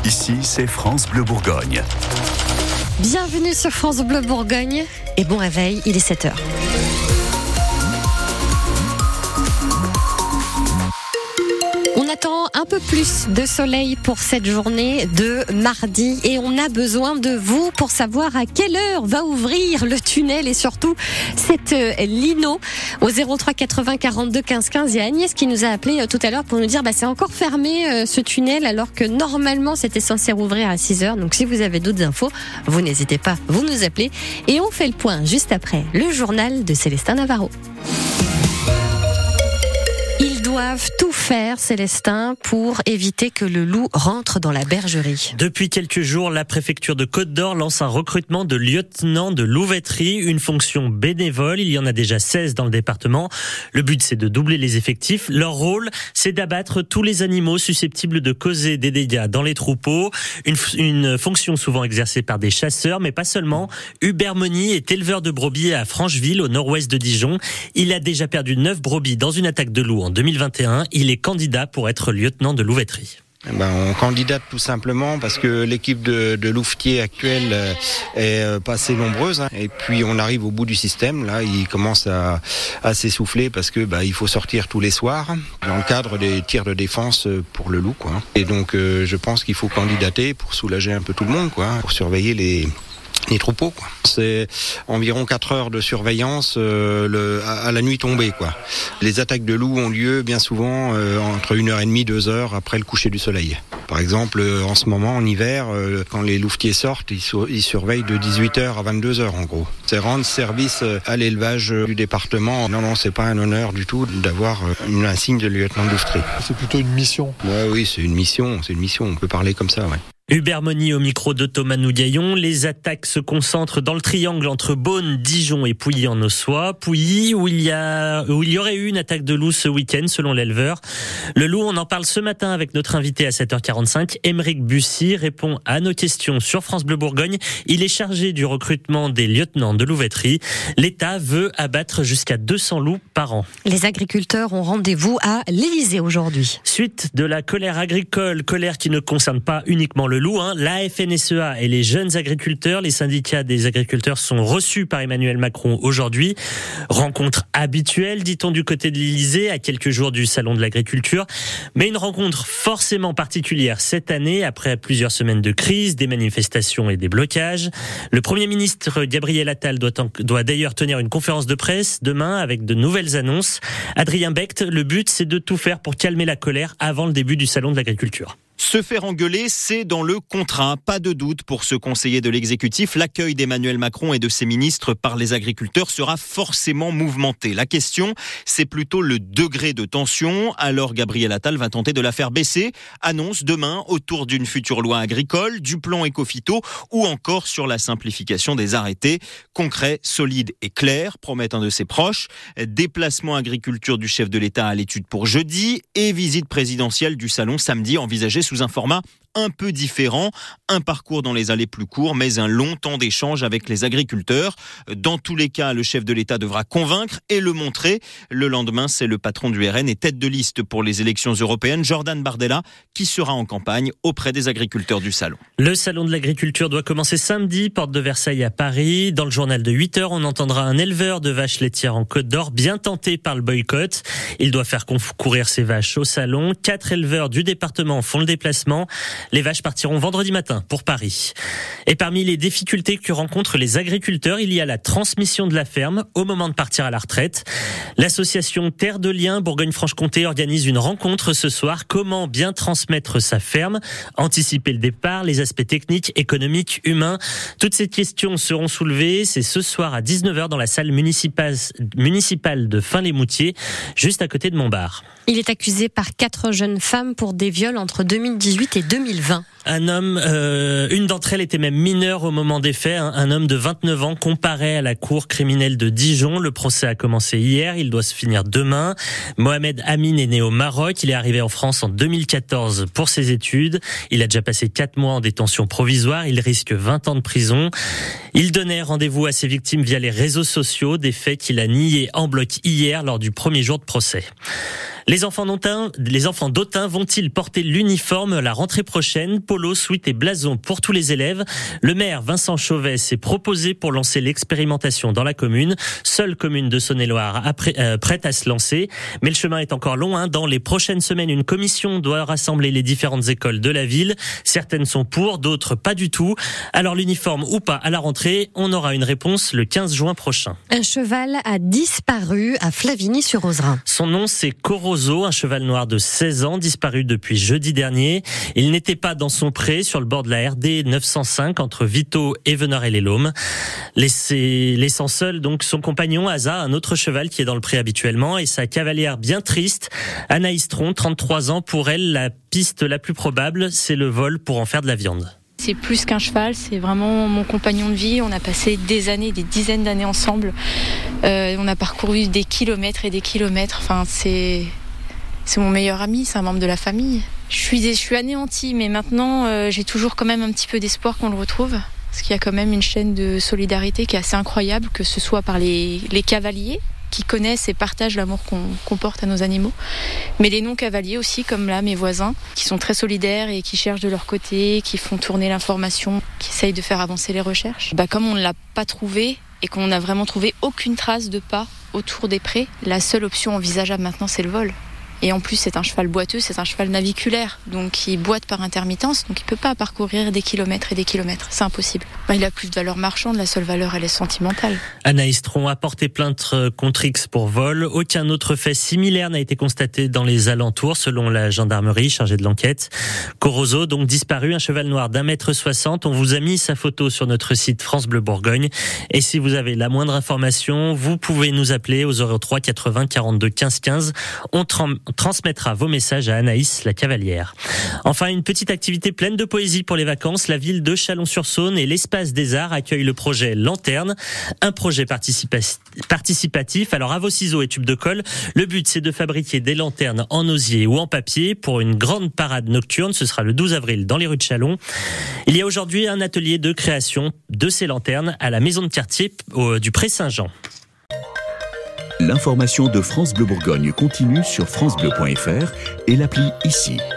Ici, c'est France Bleu Bourgogne. Bienvenue sur France Bleu Bourgogne et bon réveil, il est 7h. On attend un peu plus de soleil pour cette journée de mardi et on a besoin de vous pour savoir à quelle heure va ouvrir le tunnel et surtout cette lino au 03 80 42 15 15. Il y a Agnès qui nous a appelé tout à l'heure pour nous dire c'est encore fermé ce tunnel alors que normalement c'était censé rouvrir à 6h. Donc si vous avez d'autres infos, vous n'hésitez pas, vous nous appelez et on fait le point juste après le journal de Célestin Navarro. Doivent tout faire, Célestin, pour éviter que le loup rentre dans la bergerie. Depuis quelques jours, la préfecture de Côte-d'Or lance un recrutement de lieutenants de louveterie, une fonction bénévole. Il y en a déjà 16 dans le département. Le but, c'est de doubler les effectifs. Leur rôle, c'est d'abattre tous les animaux susceptibles de causer des dégâts dans les troupeaux. Une fonction souvent exercée par des chasseurs, mais pas seulement. Hubert Moni est éleveur de brebis à Francheville, au nord-ouest de Dijon. Il a déjà perdu 9 brebis dans une attaque de loup en 2021. Il est candidat pour être lieutenant de louveterie. On candidate tout simplement parce que l'équipe de louvetiers actuelle est pas assez nombreuse. Et puis on arrive au bout du système. Là, il commence à s'essouffler parce que il faut sortir tous les soirs dans le cadre des tirs de défense pour le loup, quoi. Et donc je pense qu'il faut candidater pour soulager un peu tout le monde, quoi, pour surveiller les troupeaux, quoi. C'est environ 4 heures de surveillance à la nuit tombée, quoi. Les attaques de loups ont lieu bien souvent entre 1h30 et 2h après le coucher du soleil. Par exemple, en ce moment, en hiver, quand les louvetiers sortent, ils surveillent de 18h à 22h en gros. C'est rendre service à l'élevage du département. Non, c'est pas un honneur du tout d'avoir une insigne de lieutenant de louveterie. C'est plutôt une mission. Ouais, oui, c'est une mission, on peut parler comme ça, ouais. Hubert Moni au micro de Thomas Nougaillon. Les attaques se concentrent dans le triangle entre Beaune, Dijon et Pouilly-en-Ossois. Pouilly, où il y aurait eu une attaque de loup ce week-end, selon l'éleveur. Le loup, on en parle ce matin avec notre invité à 7h45. Aymeric Bussy répond à nos questions sur France Bleu Bourgogne. Il est chargé du recrutement des lieutenants de louveterie. L'État veut abattre jusqu'à 200 loups par an. Les agriculteurs ont rendez-vous à l'Élysée aujourd'hui. Suite de la colère agricole, colère qui ne concerne pas uniquement le loup, la FNSEA et les jeunes agriculteurs, les syndicats des agriculteurs sont reçus par Emmanuel Macron aujourd'hui. Rencontre habituelle, dit-on, du côté de l'Élysée, à quelques jours du salon de l'agriculture. Mais une rencontre forcément particulière cette année, après plusieurs semaines de crise, des manifestations et des blocages. Le Premier ministre Gabriel Attal doit d'ailleurs tenir une conférence de presse demain avec de nouvelles annonces. Adrien Becht, le but, c'est de tout faire pour calmer la colère avant le début du salon de l'agriculture. Se faire engueuler, c'est dans le contrat. Pas de doute pour ce conseiller de l'exécutif. L'accueil d'Emmanuel Macron et de ses ministres par les agriculteurs sera forcément mouvementé. La question, c'est plutôt le degré de tension. Alors Gabriel Attal va tenter de la faire baisser. Annonce demain autour d'une future loi agricole, du plan éco-phyto ou encore sur la simplification des arrêtés. Concret, solide et clair, promet un de ses proches. Déplacement agriculture du chef de l'État à l'étude pour jeudi et visite présidentielle du salon samedi envisagée sous un format un peu différent, un parcours dans les allées plus courts, mais un long temps d'échange avec les agriculteurs. Dans tous les cas, le chef de l'État devra convaincre et le montrer. Le lendemain, c'est le patron du RN et tête de liste pour les élections européennes, Jordan Bardella, qui sera en campagne auprès des agriculteurs du salon. Le salon de l'agriculture doit commencer samedi, porte de Versailles à Paris. Dans le journal de 8h, on entendra un éleveur de vaches laitières en Côte-d'Or, bien tenté par le boycott. Il doit faire concourir ses vaches au salon. 4 éleveurs du département font le déplacement. Les vaches partiront vendredi matin pour Paris. Et parmi les difficultés que rencontrent les agriculteurs, il y a la transmission de la ferme au moment de partir à la retraite. L'association Terre de Liens Bourgogne-Franche-Comté organise une rencontre ce soir. Comment bien transmettre sa ferme, anticiper le départ, les aspects techniques, économiques, humains. Toutes ces questions seront soulevées. C'est ce soir à 19h dans la salle municipale de Fin-les-Moutiers, juste à côté de Montbard. Il est accusé par 4 jeunes femmes pour des viols entre 2018 et 2020. Un homme, une d'entre elles était même mineure au moment des faits. Un homme de 29 ans comparé à la cour criminelle de Dijon. Le procès a commencé hier, il doit se finir demain. Mohamed Amin est né au Maroc. Il est arrivé en France en 2014 pour ses études. Il a déjà passé 4 mois en détention provisoire. Il risque 20 ans de prison. Il donnait rendez-vous à ses victimes via les réseaux sociaux, des faits qu'il a niés en bloc hier lors du premier jour de procès. Les enfants d'Autun vont-ils porter l'uniforme la rentrée prochaine? Polo, sweat et blason pour tous les élèves. Le maire Vincent Chauvet s'est proposé pour lancer l'expérimentation dans la commune. Seule commune de Saône-et-Loire prête à se lancer. Mais le chemin est encore long. Dans les prochaines semaines, une commission doit rassembler les différentes écoles de la ville. Certaines sont pour, d'autres pas du tout. Alors l'uniforme ou pas à la rentrée, on aura une réponse le 15 juin prochain. Un cheval a disparu à Flavigny-sur-Ozerain. Son nom, c'est Corozo, un cheval noir de 16 ans, disparu depuis jeudi dernier. Il n'était pas dans son pré, sur le bord de la RD 905, entre Vito et Veneur-et-les-Laumes. Laissant seul donc son compagnon, Asa, un autre cheval qui est dans le pré habituellement, et sa cavalière bien triste, Anaïs Tron, 33 ans. Pour elle, la piste la plus probable, c'est le vol pour en faire de la viande. C'est plus qu'un cheval, c'est vraiment mon compagnon de vie. On a passé des années, des dizaines d'années ensemble. On a parcouru des kilomètres et des kilomètres. Enfin, c'est mon meilleur ami, c'est un membre de la famille. Je suis anéantie, mais maintenant, j'ai toujours quand même un petit peu d'espoir qu'on le retrouve. Parce qu'il y a quand même une chaîne de solidarité qui est assez incroyable, que ce soit par les cavaliers, qui connaissent et partagent l'amour qu'on porte à nos animaux, mais les non-cavaliers aussi, comme là mes voisins, qui sont très solidaires et qui cherchent de leur côté, qui font tourner l'information, qui essayent de faire avancer les recherches. Comme on ne l'a pas trouvé et qu'on n'a vraiment trouvé aucune trace de pas autour des prés, la seule option envisageable maintenant, c'est le vol. Et en plus, c'est un cheval boiteux, c'est un cheval naviculaire, donc il boite par intermittence, donc il peut pas parcourir des kilomètres et des kilomètres, c'est impossible. Il a plus de valeur marchande, la seule valeur, elle est sentimentale. Anaïs Tron a porté plainte contre X pour vol. Aucun autre fait similaire n'a été constaté dans les alentours, selon la gendarmerie chargée de l'enquête. Corozo, donc disparu, un cheval noir d'1,60 m. On vous a mis sa photo sur notre site France Bleu Bourgogne. Et si vous avez la moindre information, vous pouvez nous appeler au 03 80 42 15 15. On transmettra vos messages à Anaïs, la cavalière. Enfin, une petite activité pleine de poésie pour les vacances. La ville de Chalon-sur-Saône et l'Espace des Arts accueillent le projet Lanterne, un projet participatif. Alors, à vos ciseaux et tubes de colle, le but, c'est de fabriquer des lanternes en osier ou en papier pour une grande parade nocturne. Ce sera le 12 avril dans les rues de Chalon. Il y a aujourd'hui un atelier de création de ces lanternes à la maison de quartier du Pré-Saint-Jean. L'information de France Bleu Bourgogne continue sur francebleu.fr et l'appli ici.